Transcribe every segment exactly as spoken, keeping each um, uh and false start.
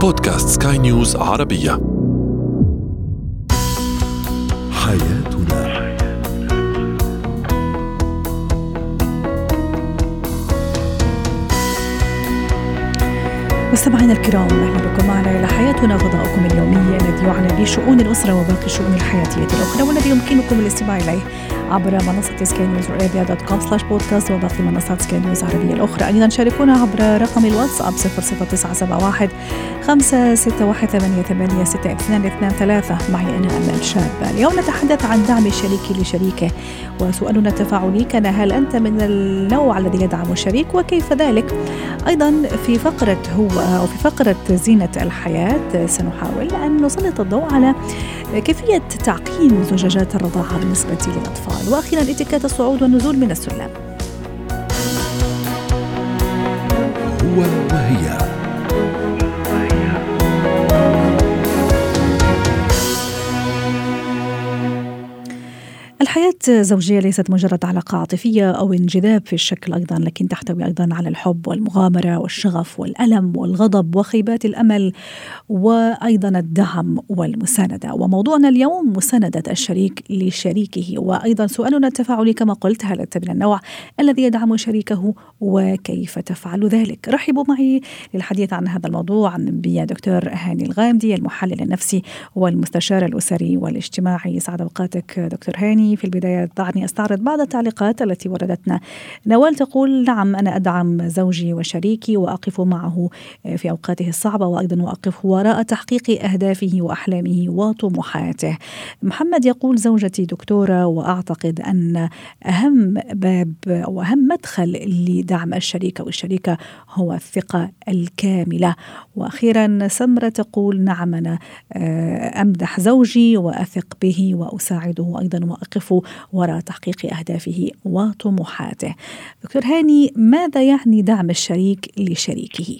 بودكاست سكاي نيوز عربية. حياتنا. مستمعينا الكرام، أهلا بكم معنا إلى حياتنا، غذاؤكم اليومي الذي يعنى بشؤون الأسرة وباقي الشؤون الحياتية الأخرى، والذي يمكنكم الاستماع إليه عبر منصة سكاي نيوز عربية دوت كوم سلاش بودكاست وباقي منصات سكاي نيوز عربية الأخرى. أيضا شاركونا عبر رقم الواتساب صفر صفر تسعة سبعة واحد خمسة ستة واحد ثمانية ثمانية ستة اثنان اثنان ثلاثة. معي أنا أمال شابة. اليوم نتحدث عن دعم الشريك لشريكه، وسؤالنا التفاعلي كان: هل أنت من النوع الذي يدعم الشريك وكيف ذلك؟ أيضا في فقرة هو أو في فقرة زينة الحياة سنحاول أن نسلط الضوء على كيفية تعقيم زجاجات الرضاعة بالنسبة للأطفال، وأخيرا اتكات الصعود والنزول من السلم. هو وهي. الحياة الزوجية ليست مجرد علاقة عاطفية أو انجذاب في الشكل أيضا، لكن تحتوي أيضا على الحب والمغامرة والشغف والألم والغضب وخيبات الأمل، وأيضا الدعم والمساندة. وموضوعنا اليوم مساندة الشريك لشريكه، وأيضا سؤالنا التفاعلي كما قلت: هل أنت من النوع الذي يدعم شريكه وكيف تفعل ذلك؟ رحبوا معي للحديث عن هذا الموضوع بيا دكتور هاني الغامدي، المحلل النفسي والمستشار الأسري والاجتماعي. سعد أوقاتك دكتور هاني. في البداية دعني أستعرض بعض التعليقات التي وردتنا. نوال تقول: نعم، أنا أدعم زوجي وشريكي وأقف معه في أوقاته الصعبة، وأيضا وأقف وراء تحقيق أهدافه وأحلامه وطموحاته. محمد يقول: زوجتي دكتورة، وأعتقد أن أهم باب أو أهم مدخل لدعم الشريك أو الشريكة هو الثقة الكاملة. وأخيرا سمرة تقول: نعم، أنا أمدح زوجي وأثق به وأساعده أيضا وأقف وراء تحقيق أهدافه وطموحاته. دكتور هاني، ماذا يعني دعم الشريك لشريكه؟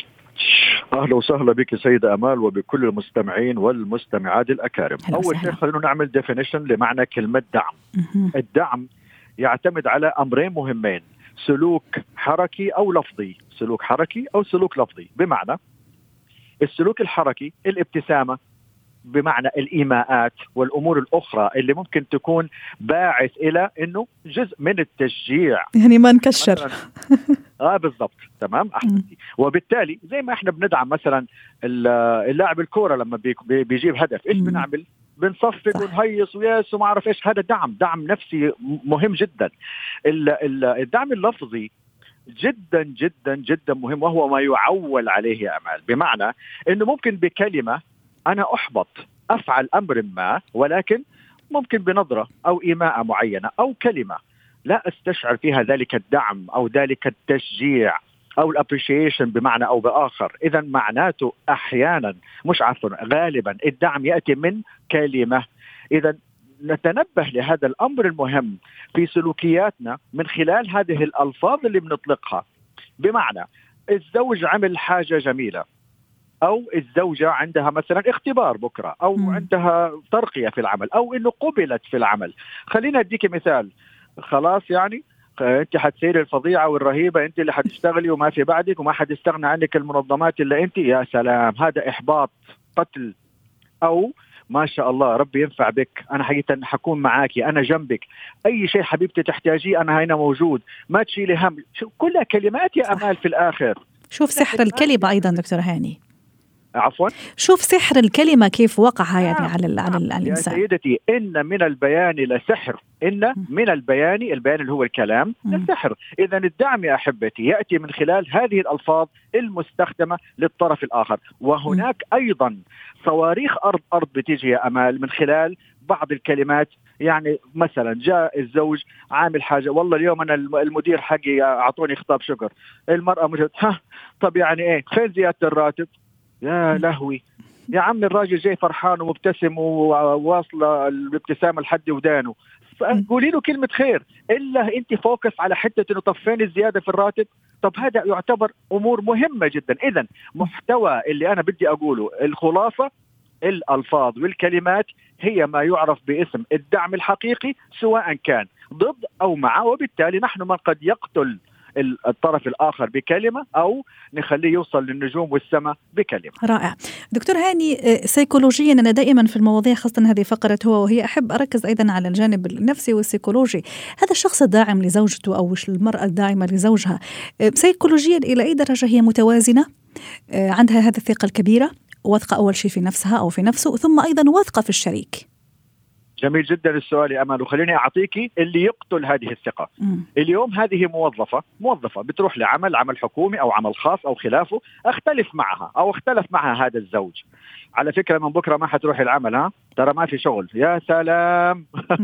أهلا وسهلا بك سيدة أمال وبكل المستمعين والمستمعات الأكارم. أول شيء خلينا نعمل definition لمعنى كلمة دعم. الدعم يعتمد على أمرين مهمين: سلوك حركي أو لفظي. سلوك حركي أو سلوك لفظي. بمعنى السلوك الحركي الابتسامة، بمعنى الإيماءات والأمور الأخرى اللي ممكن تكون باعث إلى أنه جزء من التشجيع، يعني ما نكشر. آه بالضبط، تمام أحسنتي. وبالتالي زي ما إحنا بندعم مثلا اللاعب الكورة لما بيجيب هدف، إيش بنعمل؟ بنصفق ونهيص وياس وما أعرف إيش. هذا دعم، دعم نفسي مهم جدا. الدعم اللفظي جدا جدا جدا مهم، وهو ما يعول عليه يا أمال. بمعنى أنه ممكن بكلمة أنا أحبط أفعل أمر ما، ولكن ممكن بنظرة أو إيماء معينة أو كلمة لا أستشعر فيها ذلك الدعم أو ذلك التشجيع أو الابريشيشن بمعنى أو بآخر. إذن معناته أحيانا مش عفوا غالبا الدعم يأتي من كلمة. إذن نتنبه لهذا الأمر المهم في سلوكياتنا من خلال هذه الألفاظ اللي بنطلقها. بمعنى الزوج عمل حاجة جميلة، أو الزوجة عندها مثلا اختبار بكرة، أو م. عندها ترقية في العمل، أو إنه قبلت في العمل. خلينا أديك مثال. خلاص يعني أنت حتصير الفظيعة والرهيبة، أنت اللي حتشتغلي وما في بعدك وما حد يستغنى عنك المنظمات إلا أنت. يا سلام، هذا إحباط، قتل. أو ما شاء الله ربي ينفع بك، أنا حقيقة حكون معاكي، أنا جنبك، أي شيء حبيبتي تحتاجيه أنا هنا موجود، ما تشيلي هم. كلها كلمات يا أمال في الآخر. شوف سحر الكلمة أيضا دكتور هاني. عفوا، شوف سحر الكلمة كيف وقعها يعني على ال على ال الإنسان. يا سيدتي، إن من البيان لسحر، إن من البيان، البيان اللي هو الكلام، لسحر. إذا الدعم يا أحبتي يأتي من خلال هذه الألفاظ المستخدمة للطرف الآخر. وهناك أيضا صواريخ أرض أرض بتيجي يا أمال من خلال بعض الكلمات. يعني مثلا جاء الزوج عامل حاجة، والله اليوم أنا المدير حقي أعطوني خطاب شكر. المرأة مجد ها طب يعني إيه، فين زيادة الراتب؟ يا لهوي يا عم، الراجل جاي فرحان ومبتسم وواصله الابتسامه لحد ودانه، قولي له كلمه خير. الا انت فوكس على حته انه طب فين الزياده في الراتب. طب هذا يعتبر امور مهمه جدا. اذا محتوى اللي انا بدي اقوله، الخلاصه الالفاظ والكلمات هي ما يعرف باسم الدعم الحقيقي، سواء كان ضد او مع. وبالتالي نحن من قد يقتل الطرف الآخر بكلمة أو نخليه يوصل للنجوم والسماء بكلمة. رائع. دكتور هاني، سيكولوجيا أنا دائما في المواضيع خاصة هذه فقرة هو وهي أحب أركز أيضا على الجانب النفسي والسيكولوجي. هذا الشخص الداعم لزوجته أو المرأة الداعمة لزوجها سيكولوجيا إلى أي درجة هي متوازنة؟ عندها هذه الثقة الكبيرة، واثقة أول شيء في نفسها أو في نفسه، ثم أيضا واثقة في الشريك. جميل جدا السؤال يا أمل، وخليني أعطيكي اللي يقتل هذه الثقة. م. اليوم هذه موظفة موظفة بتروح لعمل عمل حكومي أو عمل خاص أو خلافه، اختلف معها أو اختلف معها هذا الزوج، على فكرة من بكرة ما حتروح العمل، ها ترى ما في شغل، يا سلام.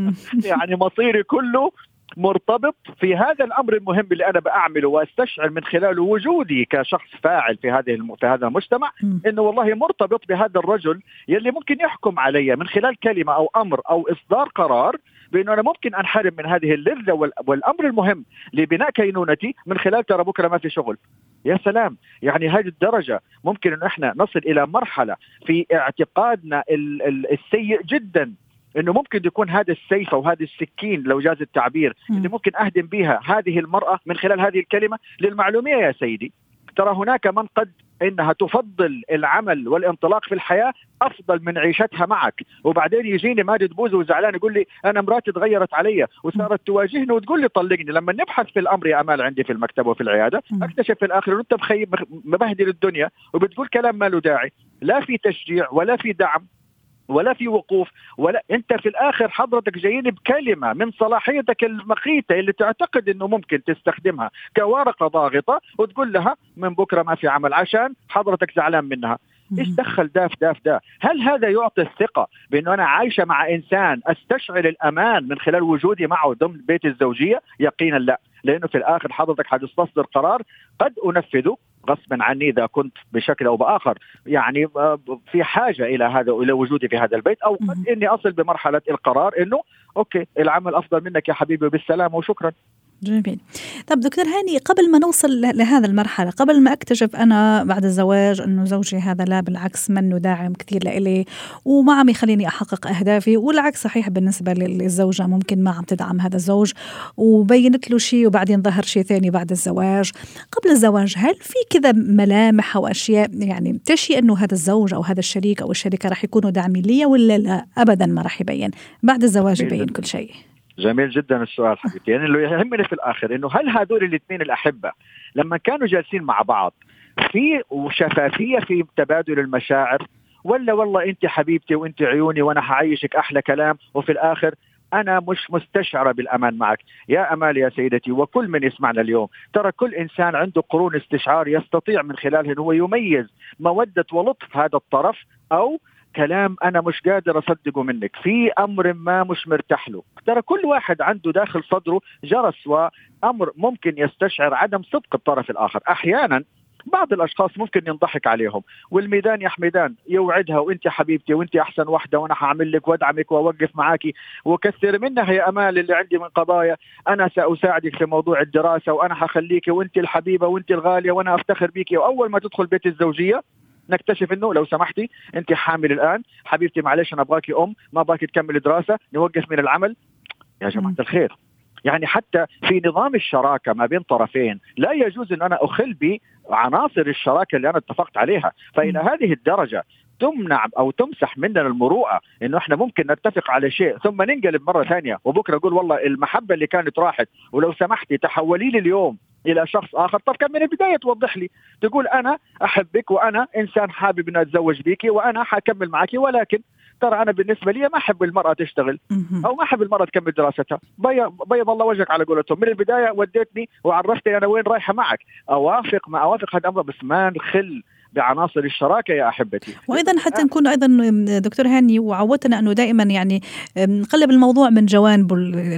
يعني مصيري كله مرتبط في هذا الأمر المهم اللي أنا بعمله واستشعر من خلاله وجودي كشخص فاعل في هذه الم... في هذا المجتمع، إنه والله مرتبط بهذا الرجل يلي ممكن يحكم علي من خلال كلمة أو أمر أو إصدار قرار بأنه أنا ممكن أنحرم من هذه اللذة وال... والأمر المهم لبناء كينونتي من خلال ترى بكرة ما في شغل. يا سلام، يعني هذه الدرجة ممكن إنه إحنا نصل إلى مرحلة في اعتقادنا ال... ال... السيء جدا إنه ممكن يكون هذا السيف أو هذه السكين لو جاز التعبير م. اللي ممكن أهدم بها هذه المرأة من خلال هذه الكلمة. للمعلومية يا سيدي، ترى هناك من قد إنها تفضل العمل والانطلاق في الحياة أفضل من عيشتها معك، وبعدين يجيني ماجد بوزو وزعلان يقول لي أنا مراتي تغيرت علي وصارت تواجهني وتقول لي طلقني. لما نبحث في الأمر يا أمال عندي في المكتب وفي العيادة أكتشف في الآخر أنه أنت مخيب مبهدل الدنيا وبتقول كلام ما له داعي، لا في تشجيع ولا في دعم ولا في وقوف، ولا انت في الاخر حضرتك جايين بكلمه من صلاحيتك المخيته اللي تعتقد انه ممكن تستخدمها كورقه ضاغطه وتقول لها من بكره ما في عمل عشان حضرتك زعلان منها. ايش دخل داف داف دا؟ هل هذا يعطي الثقه بانه انا عايشه مع انسان استشعر الامان من خلال وجودي معه ضمن بيت الزوجيه؟ يقينا لا، لانه في الاخر حضرتك حتصدر قرار قد انفذه غصبا عني إذا كنت بشكل أو بآخر يعني في حاجة إلى هذا إلى وجودي في هذا البيت، أو قد إني أصل بمرحلة القرار إنه أوكي العمل أفضل منك يا حبيبي بالسلامة وشكرا. جميل. طب دكتور هاني، قبل ما نوصل لهذا المرحلة، قبل ما أكتشف أنا بعد الزواج أنه زوجي هذا لا بالعكس منه داعم كثير لإلي وما عم يخليني أحقق أهدافي، والعكس صحيح بالنسبة للزوجة ممكن ما عم تدعم هذا الزوج وبينت له شيء وبعدين ظهر شيء ثاني بعد الزواج. قبل الزواج هل في كذا ملامح أو أشياء يعني تشي أنه هذا الزوج أو هذا الشريك أو الشريكة رح يكونوا داعمين لي ولا لا؟ أبدا ما رح يبين، بعد الزواج يبين كل شيء. جميل جدا السؤال حبيبتي. يعني اللي يهمني في الآخر إنه هل هذول الاثنين الأحبة لما كانوا جالسين مع بعض في شفافية في تبادل المشاعر، ولا والله أنت حبيبتي وأنت عيوني وأنا حعيشك أحلى كلام وفي الآخر أنا مش مستشعرة بالأمان معك؟ يا أمال يا سيدتي وكل من يسمعنا اليوم، ترى كل إنسان عنده قرون استشعار يستطيع من خلالها أنه يميز مودة ولطف هذا الطرف أو كلام أنا مش قادر أصدقه منك في أمر ما مش مرتاح له. ترى كل واحد عنده داخل صدره جرس وأمر ممكن يستشعر عدم صدق الطرف الآخر. أحيانا بعض الأشخاص ممكن ينضحك عليهم والميدان يا حميدان يوعدها وانت حبيبتي وانت أحسن واحدة وأنا هعمل لك وادعمك وأوقف معاكي وكثر منها يا أمال اللي عندي من قضايا، أنا سأساعدك في موضوع الدراسة وأنا هخليك وانت الحبيبة وانت الغالية وأنا أفتخر بيكي. وأول ما تدخل بيت الزوجية نكتشف انه لو سمحتي انت حامل الان حبيبتي معلش انا ابغاكي ام ما باكي تكمل دراسه نوقف من العمل. يا جماعه الخير، يعني حتى في نظام الشراكه ما بين طرفين لا يجوز ان انا اخل بعناصر الشراكه اللي انا اتفقت عليها. فإلى هذه الدرجه تمنع او تمسح مننا المروءه انه احنا ممكن نتفق على شيء ثم ننقلب مره ثانيه وبكره نقول والله المحبه اللي كانت راحت ولو سمحتي تحولي لي اليوم الى شخص اخر. طب كان من البدايه توضح لي تقول انا احبك وانا انسان حابب ان اتزوج بيكي وانا حكمل معك، ولكن ترى انا بالنسبه لي ما احب المراه تشتغل او ما احب المراه تكمل دراستها. بيض الله وجهك على قولتهم، من البدايه وديتني وعرفتني انا وين رايحه معك. اوافق ما اوافق هذا الامر بس ما نخل بعناصر الشراكة يا أحبتي. وأيضا حتى نكون أيضا دكتور هاني وعودتنا أنه دائما يعني نقلب الموضوع من جوانب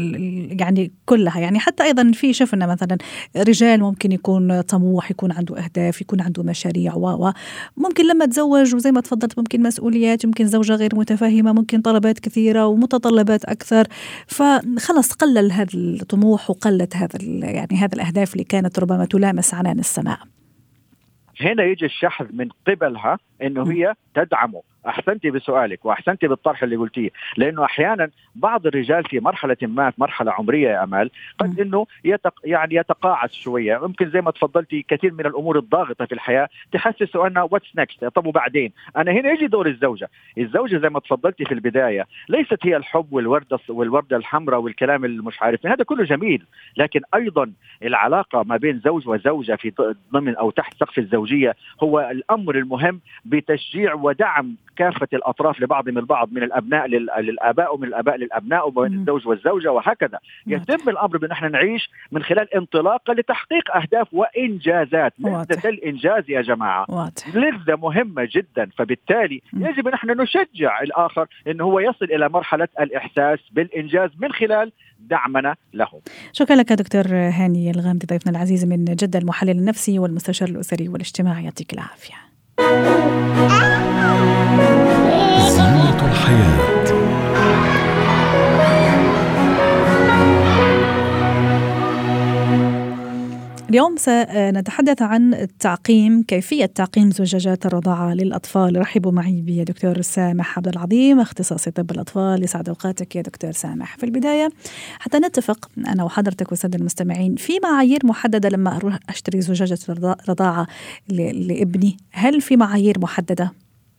يعني كلها، يعني حتى أيضا في شفنا مثلا رجال ممكن يكون طموح يكون عنده أهداف يكون عنده مشاريع وممكن لما تزوج وزي ما تفضلت ممكن مسؤوليات ممكن زوجة غير متفاهمة ممكن طلبات كثيرة ومتطلبات أكثر فخلص قلل هذا الطموح وقلت هذا يعني هذا الأهداف اللي كانت ربما تلامس عنان السماء. هنا يجي الشحذ من قبلها انه هي تدعمه أحسنتي بسؤالك وأحسنتي بالطرح اللي قلتيه، لأنه أحيانا بعض الرجال في مرحلة ما، في مرحلة عمرية يا أمال، قد إنه يتق يعني يتقاعس شوية، ممكن زي ما تفضلتي كثير من الأمور الضاغطة في الحياة تحسسه أنه واتس نيكست، طب وبعدين. أنا هنا يجي دور الزوجة. الزوجة زي ما تفضلتي في البداية ليست هي الحب والوردة والوردة الحمراء والكلام المش عارف، هذا كله جميل، لكن أيضا العلاقة ما بين زوج وزوجة في ضمن أو تحت سقف الزوجية هو الأمر المهم، بتشجيع ودعم كافة الأطراف لبعضهم البعض، من الأبناء للآباء ومن الآباء للأبناء ومن الزوج والزوجة وهكذا. يتم الأمر بأن احنا نعيش من خلال انطلاقة لتحقيق أهداف وإنجازات. لذة الإنجاز يا جماعة لذة مهمة جدا، فبالتالي يجب أن احنا نشجع الآخر أنه هو يصل إلى مرحلة الإحساس بالإنجاز من خلال دعمنا له. شكرا لك دكتور هاني الغامدي ضيفنا العزيز من جدة، المحلل النفسي والمستشار الأسري والاجتماعي. يعطيك العافية. زينة الحياة. اليوم سنتحدث عن التعقيم، كيفية تعقيم زجاجات الرضاعة للأطفال. رحبوا معي بدكتور سامح عبد العظيم، اختصاصي طب الأطفال. يسعد أوقاتك يا دكتور سامح. في البداية حتى نتفق أنا وحضرتك والسادة المستمعين، في معايير محددة لما أروح أشتري زجاجة رضاعة لابني؟ هل في معايير محددة؟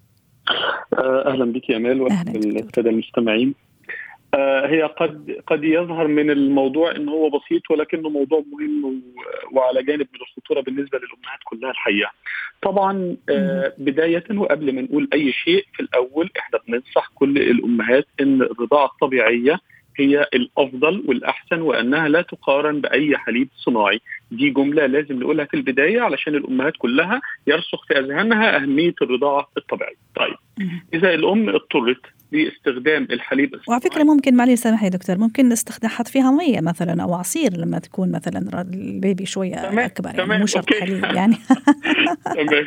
أهلا بك يا أمال والسادة المستمعين. آه هي قد قد يظهر من الموضوع إنه هو بسيط، ولكنه موضوع مهم وعلى جانب من الخطورة بالنسبة للأمهات كلها الحقيقة. طبعا آه بداية وقبل ما نقول أي شيء، في الأول إحنا بننصح كل الأمهات إن الرضاعة الطبيعية هي الأفضل والأحسن، وأنها لا تقارن بأي حليب صناعي. دي جملة لازم نقولها في البداية علشان الأمهات كلها يرسخ في أذهانها أهمية الرضاعة الطبيعية. طيب إذا الأم اضطرت باستخدام الحليب الصناعي، وعلى فكرة ممكن معلي سامح يا دكتور، ممكن نستخدم حط فيها مية مثلا أو عصير لما تكون مثلا البيبي شوية تمام. أكبر يعني مو شرط حليب يعني. تمام،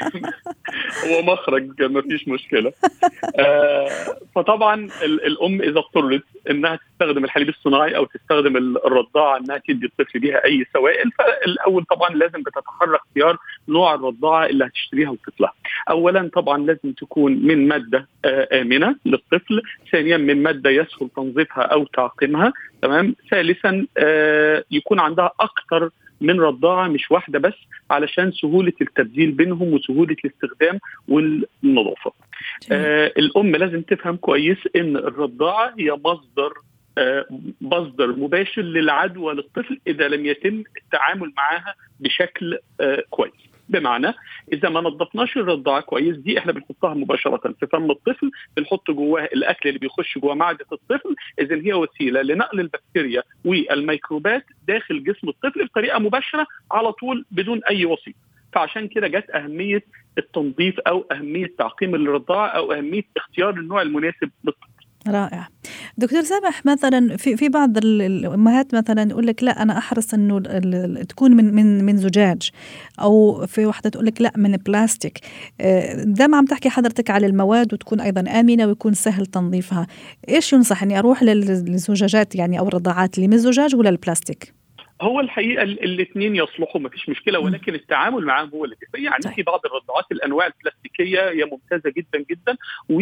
هو مخرج ما فيش مشكلة. آه فطبعا الأم إذا اضطرت إنها تستخدم الحليب الصناعي أو تستخدم الرضاعة إنها تدي الطفل بيها أي سوائل، فالأول طبعا لازم بتتحرك اختيار نوع الرضاعة اللي هتشتريها لطفلها. أولا طبعا لازم تكون من مادة آه آمنة للطفل، ثانيا من مادة يسهل تنظيفها أو تعقيمها، تمام. ثالثا آه يكون عندها أكتر من رضاعة مش واحدة بس، علشان سهولة التبديل بينهم وسهولة الاستخدام والنظافة. آه الأم لازم تفهم كويس إن الرضاعة هي مصدر آه مصدر مباشر للعدوى للطفل إذا لم يتم التعامل معها بشكل آه كويس. بمعنى إذا ما نظفناش الرضاعة كويس، دي إحنا بنحطها مباشرة في فم الطفل، بنحط جواه الأكل اللي بيخش جوه معدة الطفل، إذن هي وسيلة لنقل البكتيريا والميكروبات داخل جسم الطفل بطريقة مباشرة على طول بدون أي وسيط. فعشان كده جت أهمية التنظيف أو أهمية تعقيم الرضاعة أو أهمية اختيار النوع المناسب للطفل. رائع. دكتور سامح، مثلا في في بعض الامهات مثلا يقول لك لا انا احرص انه تكون من من من زجاج، او في واحده تقول لك لا من بلاستيك. ده ما عم تحكي حضرتك على المواد وتكون ايضا امنه ويكون سهل تنظيفها. ايش ينصح اني اروح للزجاجات يعني او الرضاعات اللي من الزجاج ولا البلاستيك؟ هو الحقيقة الاثنين يصلحوا، ما فيش مشكلة، ولكن التعامل معهم هو اللي بيفرق. يعني طيب. في بعض الرضاعات الأنواع البلاستيكية هي ممتازة جدا جدا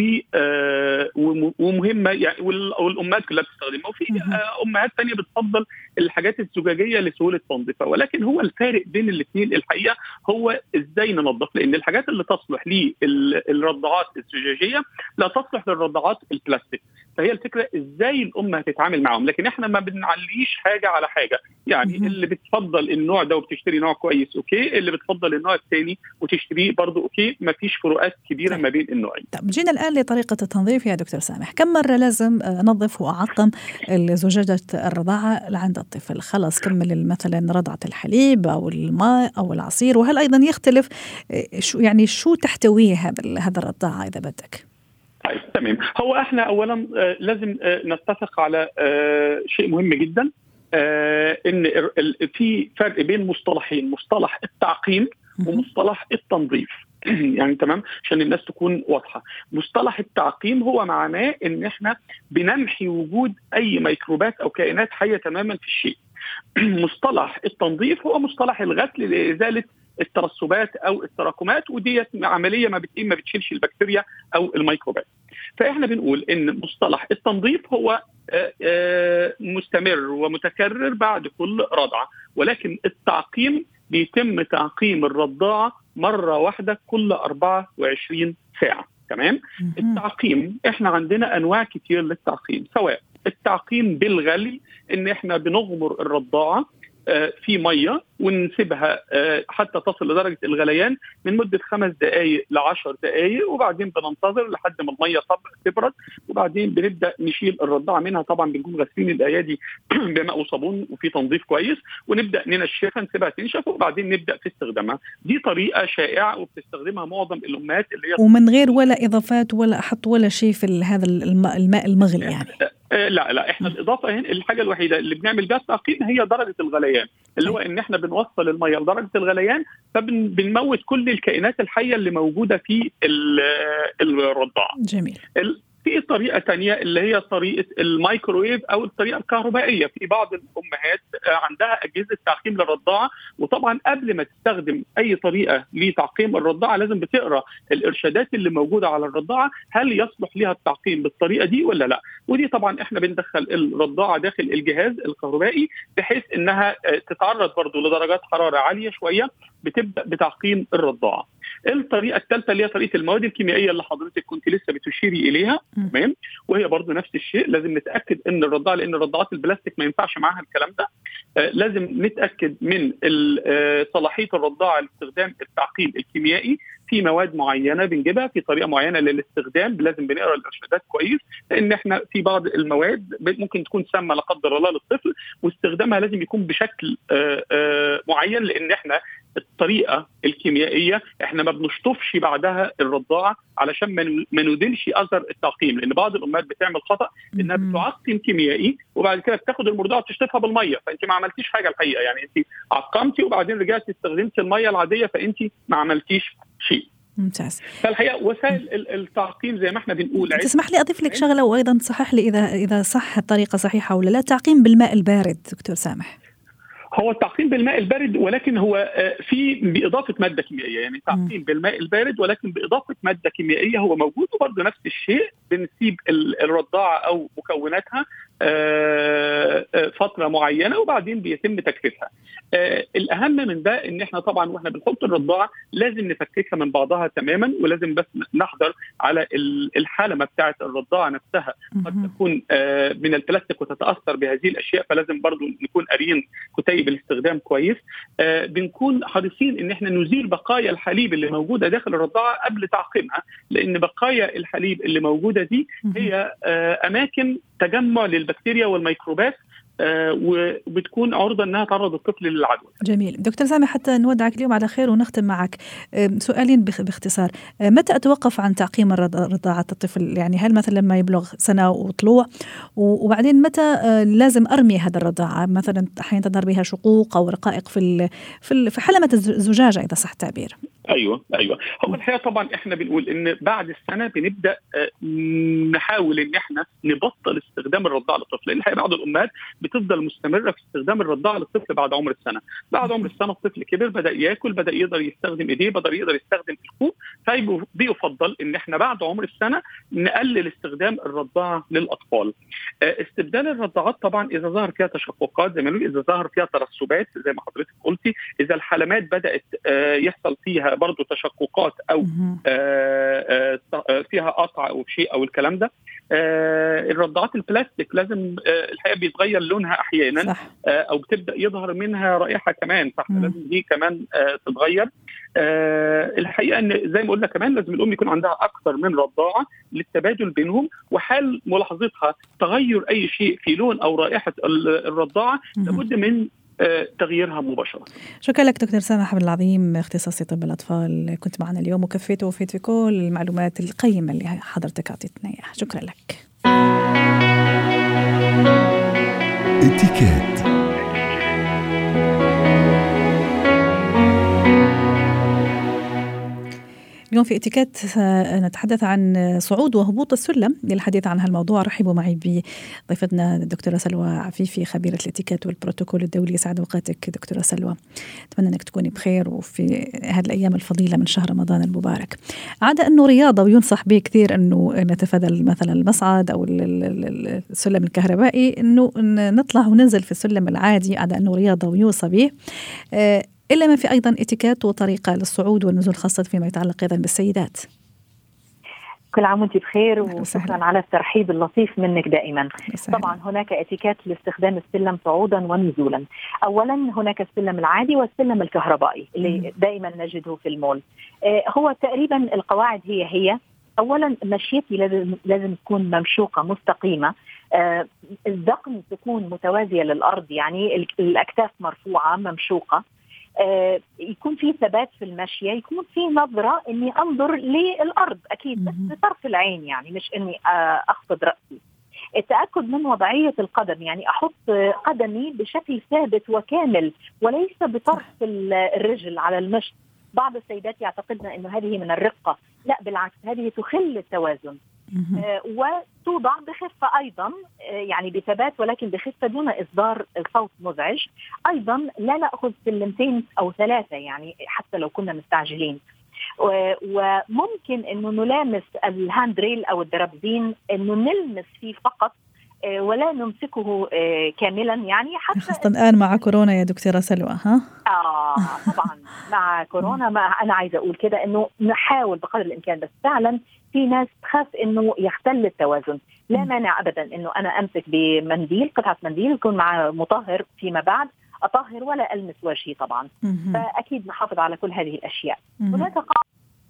ومهمة يعني، والأمهات كلها بتستخدمها، وفي أمهات تانية بتفضل الحاجات الزجاجية لسهولة تنظيفها. ولكن هو الفارق بين الاثنين الحقيقة هو إزاي ننظف، لأن الحاجات اللي تصلح للرضاعات الزجاجية لا تصلح للرضاعات البلاستيك. فهي الفكرة إزاي الأم هتتعامل معهم، لكن إحنا ما بنعليش حاجة على حاجة. يعني اللي بتفضل النوع ده وبتشتري نوع كويس اوكي، اللي بتفضل النوع الثاني وتشتريه برضو اوكي، ما فيش فروقات كبيره ما بين النوعين. طب جينا الان لطريقه التنظيف يا دكتور سامح. كم مره لازم انظف واعقم زجاجه الرضاعه عند الطفل؟ خلاص كمل مثلا رضعه الحليب او الماء او العصير، وهل ايضا يختلف شو يعني شو تحتويه هذا هذا الرضاعه اذا بدك؟ طيب تمام. هو احنا اولا آه لازم آه نتفق على آه شيء مهم جدا، آه ان في فرق بين مصطلحين، مصطلح التعقيم ومصطلح التنظيف. يعني تمام عشان الناس تكون واضحة. مصطلح التعقيم هو معناه ان احنا بنمحي وجود اي ميكروبات او كائنات حية تماما في الشيء. مصطلح التنظيف هو مصطلح الغسل لإزالة الترسبات او التراكمات، ودي عمليه ما بتقيم ما بتشيلش البكتيريا او الميكروبات. فاحنا بنقول ان مصطلح التنظيف هو مستمر ومتكرر بعد كل رضعه، ولكن التعقيم بيتم تعقيم الرضاعه مره واحده كل أربعة وعشرين ساعه. تمام. التعقيم احنا عندنا انواع كتير للتعقيم، سواء التعقيم بالغلي ان احنا بنغمر الرضاعه في ميه ونسيبها حتى تصل لدرجه الغليان من مده خمس دقائق لعشر دقائق، وبعدين بننتظر لحد ما الميه تبرد، وبعدين بنبدا نشيل الرضاعه منها. طبعا بنكون غاسلين الايادي بماء وصابون وفي تنظيف كويس، ونبدا ننشفها نسيبها تنشف، وبعدين نبدا في استخدامها. دي طريقه شائعه وبتستخدمها معظم الامهات اللي هي ومن غير ولا اضافات ولا احط ولا شيء في هذا الماء المغلي يعني. لا لا احنا الاضافه هنا الحاجه الوحيده اللي بنعمل بها التعقيم هي درجه الغليان، اللي هو ان احنا بنوصل الميه لدرجه الغليان، فبنموت كل الكائنات الحيه اللي موجوده في الرضاعه. جميل. في طريقه تانية اللي هي طريقه الميكروويف او الطريقه الكهربائيه. في بعض الامهات عندها اجهزه تعقيم للرضاعه، وطبعا قبل ما تستخدم اي طريقه لتعقيم الرضاعه لازم بتقرا الارشادات اللي موجوده على الرضاعه، هل يصلح لها التعقيم بالطريقه دي ولا لا. ودي طبعا احنا بندخل الرضاعه داخل الجهاز الكهربائي بحيث انها تتعرض برضو لدرجات حراره عاليه شويه، بتبدا بتعقيم الرضاعه. الطريقه الثالثه اللي هي طريقه المواد الكيميائيه اللي حضرتك كنت لسه بتشيري اليها، تمام، وهي برضو نفس الشيء. لازم نتاكد ان الرضاعه، لان الرضاعات البلاستيك ما ينفعش معاها الكلام ده، آه لازم نتاكد من آه صلاحيه الرضاعه لاستخدام التعقيم الكيميائي في مواد معينه بنجيبها في طريقه معينه للاستخدام. لازم بنقرا الارشادات كويس، لان احنا في بعض المواد ممكن تكون سامه لا قدر الله للطفل، واستخدامها لازم يكون بشكل آآ آآ معين، لان احنا الطريقه الكيميائيه احنا ما بنشطفش بعدها الرضاعه علشان ما نديلش اثر التعقيم. لان بعض الامهات بتعمل خطا انها بتعقم كيميائي وبعد كده بتاخد المرضعه وتشطفها بالميه، فانت ما عملتيش حاجه الحقيقه. يعني انت عقمتي وبعدين رجعتي استخدمتي الميه العاديه، فانت ما عملتيش شيء. ممتاز. فالحقيقه وسائل التعقيم زي ما احنا بنقول، تسمح لي اضيف لك شغله وايضا صحح لي اذا اذا صح الطريقه صحيحه ولا لا. التعقيم بالماء البارد دكتور سامح، هو التعقيم بالماء البارد ولكن هو في بإضافة مادة كيميائية. يعني تعقيم بالماء البارد ولكن بإضافة مادة كيميائية هو موجود، وبرضه نفس الشيء بنسيب الرضاعة أو مكوناتها فترة معينة وبعدين بيتم تجفيفها. الأهم من ده إن إحنا طبعا وإحنا بنحط الرضاعة لازم نفككها من بعضها تماما، ولازم بس نحضر على الحلمة بتاعة الرضاعة نفسها، قد تكون من البلاستيك وتتأثر بهذه الأشياء، فلازم برضه نكون قاريين كتيب الاستخدام كويس. آه بنكون حريصين ان احنا نزيل بقايا الحليب اللي موجوده داخل الرضاعه قبل تعقيمها، لان بقايا الحليب اللي موجوده دي هي آه اماكن تجمع للبكتيريا والميكروبات، آه وبتكون عرضة أنها تعرض الطفل للعدوى. جميل. دكتور سامح، حتى نودعك اليوم على خير ونختم معك سؤالين باختصار. متى أتوقف عن تعقيم رضاعة الطفل؟ يعني هل مثلا لما يبلغ سنة وطلوع، وبعدين متى لازم أرمي هذا الرضاعة؟ مثلا أحيانا تظهر بها شقوق أو رقائق في في حلمة الزجاجة إذا صح التعبير. ايوه ايوه هو الحقيقه طبعا احنا بنقول ان بعد السنه بنبدا نحاول ان احنا نبطل استخدام الرضاعه للطفل، لان الحقيقه بعض الامهات بتفضل مستمره في استخدام الرضاعه للطفل بعد عمر السنه. بعد عمر السنه الطفل كبر، بدا ياكل، بدا يقدر يستخدم ايديه، بدا يقدر يستخدم الكوب، فبيفضل ان احنا بعد عمر السنه نقلل استخدام الرضاعه للاطفال. استبدال الرضاعات طبعا اذا ظهر فيها تشققات زي ما نقول، اذا ظهر فيها ترسبات زي ما حضرتك قلتي، اذا الحلمات بدات يحصل فيها برضو تشققات او آآ آآ فيها قطع او شيء او الكلام ده. الرضاعات البلاستيك لازم الحقيقه بيتغير لونها احيانا، او بتبدا يظهر منها رائحه كمان، صح؟ لازم دي كمان تتغير. الحقيقه ان زي ما قلنا كمان لازم الام يكون عندها اكثر من رضاعه للتبادل بينهم، وحال ملاحظتها تغير اي شيء في لون او رائحه الرضاعه لابد من تغييرها مباشرة. شكرا لك دكتور سامح عبد العظيم، اختصاصي طب الأطفال، كنت معنا اليوم وكفيت ووفيت في كل المعلومات القيمة اللي حضرتك أعطيتنا إياها. شكرا لك. اتكات. اليوم في اتيكيت نتحدث عن صعود وهبوط السلم. للحديث عن هالموضوع رحبوا معي بضيفتنا الدكتورة سلوى عفيفي خبيرة الاتيكيت والبروتوكول الدولي. سعد اوقاتك دكتورة سلوى، أتمنى أنك تكوني بخير وفي هذه الأيام الفضيلة من شهر رمضان المبارك. عادة أنه رياضة وينصح به كثير أنه نتفادى مثلا المصعد أو السلم الكهربائي، أنه نطلع وننزل في السلم العادي. عادة أنه رياضة ويوصى به، إلا ما في أيضا اتيكيت وطريقة للصعود والنزول خاصة فيما يتعلق أيضا بالسيدات. كل عام وانت بخير وشكرا على الترحيب اللطيف منك دائما. سهلا. طبعا هناك اتيكيت لاستخدام السلم صعودا ونزولا. اولا هناك السلم العادي والسلم الكهربائي اللي دائما نجده في المول. آه هو تقريبا القواعد هي هي اولا مشيتي لازم, لازم تكون ممشوقة مستقيمة. آه الذقن تكون متوازية للأرض، يعني الأكتاف مرفوعة ممشوقة. آه يكون في ثبات في المشية، يكون في نظرة اني انظر للأرض اكيد بس بطرف العين، يعني مش اني آه اخفض رأسي. التأكد من وضعية القدم، يعني احط قدمي بشكل ثابت وكامل وليس بطرف الرجل على المشط. بعض السيدات يعتقدن انه هذه من الرقة، لا بالعكس، هذه تخل التوازن. آه وتوضع بخفة أيضا، آه يعني بثبات ولكن بخفة دون إصدار صوت مزعج. أيضا لا نأخذ سلمتين أو ثلاثة يعني حتى لو كنا مستعجلين. وممكن أنه نلامس الهاندريل أو الدرابزين، أنه نلمس فيه فقط آه ولا نمسكه آه كاملا، يعني حتى خاصة الآن مع كورونا يا دكتورة سلوى. ها؟ آه طبعا مع كورونا، ما أنا عايزة أقول كده أنه نحاول بقدر الإمكان، بس فعلا في ناس تخاف انه يختل التوازن. لا مانع ابدا انه انا امسك بمنديل، قطعه منديل يكون مع مطهر فيما بعد اطهر ولا المس وجهي طبعا. فاكيد نحافظ على كل هذه الاشياء. هناك قاعده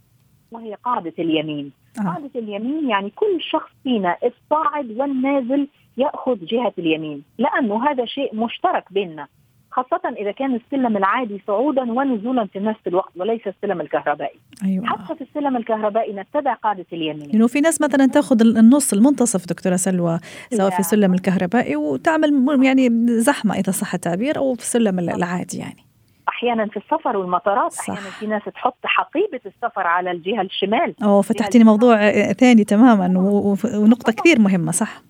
وهي قاعده اليمين. آه. قاعده اليمين يعني كل شخص فينا الصاعد والنازل ياخذ جهه اليمين، لانه هذا شيء مشترك بيننا، خاصة إذا كان السلم العادي صعودا ونزولا في نفس الوقت وليس السلم الكهربائي. أيوة. حتى في السلم الكهربائي نتبع قاعدة اليمين، لأنه في ناس مثلا تأخذ النص المنتصف دكتورة سلوى، سواء في السلم الكهربائي وتعمل يعني زحمة إذا صح التعبير، أو في السلم العادي. يعني أحيانا في السفر والمطارات صح. أحيانا في ناس تحط حقيبة السفر على الجهة الشمال. أو فتحتيني موضوع ثاني تماما ونقطة كثير مهمة. صح.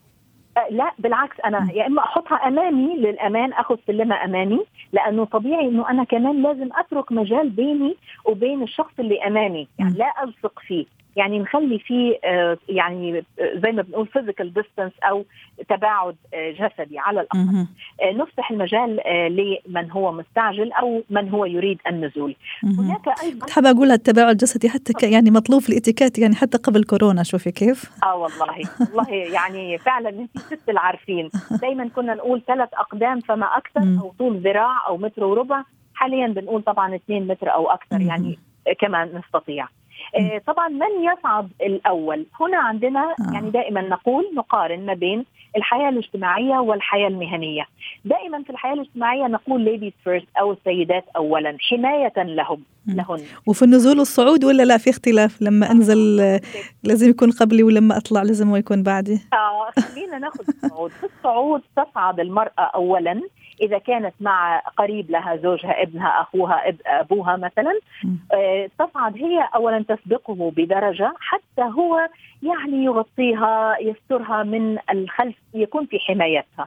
لا بالعكس، أنا يا إما أحطها أمامي للأمان، أخذ سلمة أمامي، لأنه طبيعي إنه أنا كمان لازم أترك مجال بيني وبين الشخص اللي أمامي، يعني لا ألصق فيه، يعني نخلي فيه يعني زي ما بنقول physical distance أو تباعد جسدي على الأقل. نفتح المجال لمن هو مستعجل أو من هو يريد النزول. هناك أيضا حابة أقول التباعد الجسدي حتى يعني مطلوب في الاتيكيت، يعني حتى قبل كورونا. شوفي كيف. آه والله والله يعني فعلا أنت ست العارفين. دايما كنا نقول ثلاث أقدام فما أكثر، أو طول ذراع أو متر وربع. حاليا بنقول طبعا اثنين متر أو أكثر، يعني كما نستطيع. آه طبعا من يصعد الأول هنا عندنا آه. يعني دائما نقول نقارن ما بين الحياة الاجتماعية والحياة المهنية. دائما في الحياة الاجتماعية نقول ladies first أو السيدات أولا، حماية لهم لهن. وفي النزول والصعود ولا لا في اختلاف؟ لما أنزل آه. لازم يكون قبلي، ولما أطلع لازم يكون بعدي. آه خلينا ناخذ الصعود. في الصعود تصعد المرأة أولا إذا كانت مع قريب لها، زوجها، ابنها، أخوها، أب أبوها مثلا. آه تصعد هي أولا، تسبقه بدرجة حتى هو يعني يغطيها يسترها من الخلف، يكون في حمايتها.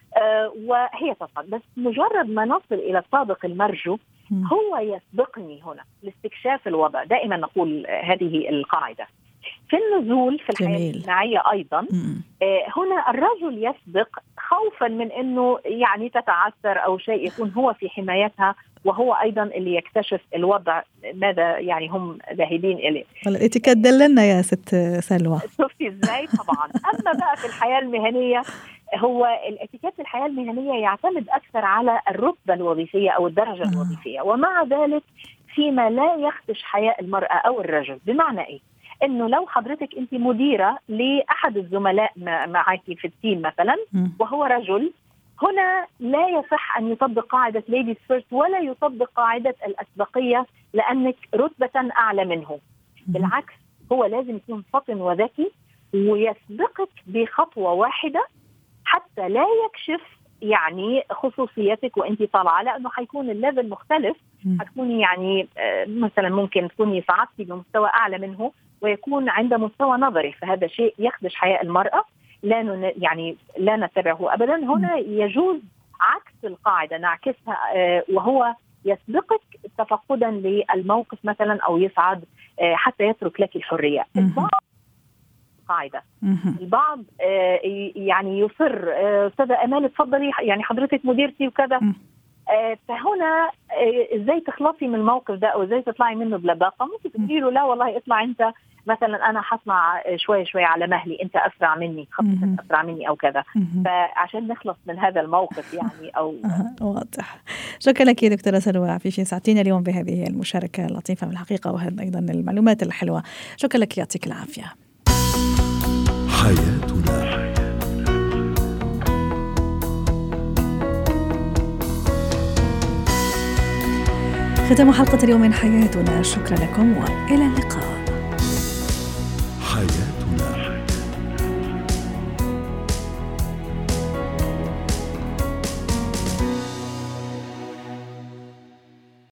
آه وهي تصعد، بس مجرد ما نصل إلى الطابق المرجو هو يسبقني هنا لاستكشاف الوضع. دائما نقول هذه القاعدة. في النزول في الحياة الاجتماعية أيضا آه هنا الرجل يسبق خوفا من أنه يعني تتعثر أو شيء، يكون هو في حمايتها وهو أيضا اللي يكتشف الوضع ماذا يعني هم ذاهبين إليه. الاتيكيت دلنا يا ست سلوى. شفتي إزاي؟ طبعا. أما بقى في الحياة المهنية، هو الاتيكيت في الحياة المهنية يعتمد أكثر على الرتبة الوظيفية أو الدرجة آه. الوظيفية، ومع ذلك فيما لا يخدش حياء المرأة أو الرجل. بمعنى إيه؟ إنه لو حضرتك أنت مديرة لأحد الزملاء معك في التيم مثلا وهو رجل، هنا لا يصح أن يطبق قاعدة ladies first ولا يطبق قاعدة الأسبقية لأنك رتبة أعلى منه. بالعكس، هو لازم يكون فطن وذكي ويسبقك بخطوة واحدة حتى لا يكشف يعني خصوصيتك وانت طالعه، لانه حيكون الليفل مختلف. حتكوني يعني مثلا ممكن تكوني صعدتي بمستوى اعلى منه ويكون عنده مستوى نظري، فهذا شيء يخدش حياء المراه، لا يعني لا نتبعه ابدا. هنا يجوز عكس القاعده، نعكسها، وهو يسبقك تفقدا للموقف مثلا او يصعد حتى يترك لك الحريه. البعض قاعده، البعض يعني يصر استاذه امال تفضلي يعني حضرتك مديرتي وكذا، فهنا ازاي تخلصي من الموقف ده او ازاي تطلعي منه بلباقه؟ ممكن تقولي له لا والله اطلع انت، مثلا انا حطلع شوي شوي على مهلي، انت اسرع مني، خطتك اسرع مني او كذا، فعشان نخلص من هذا الموقف يعني. او واضح. شكرا لك يا دكتوره سلوى عفيفي، ساعتين اليوم بهذه المشاركه اللطيفه بالحقيقه، وهذا ايضا المعلومات الحلوه. شكرا لك، يعطيك العافيه. حياتنا. ختام حلقة اليوم من حياتنا، شكرا لكم وإلى اللقاء.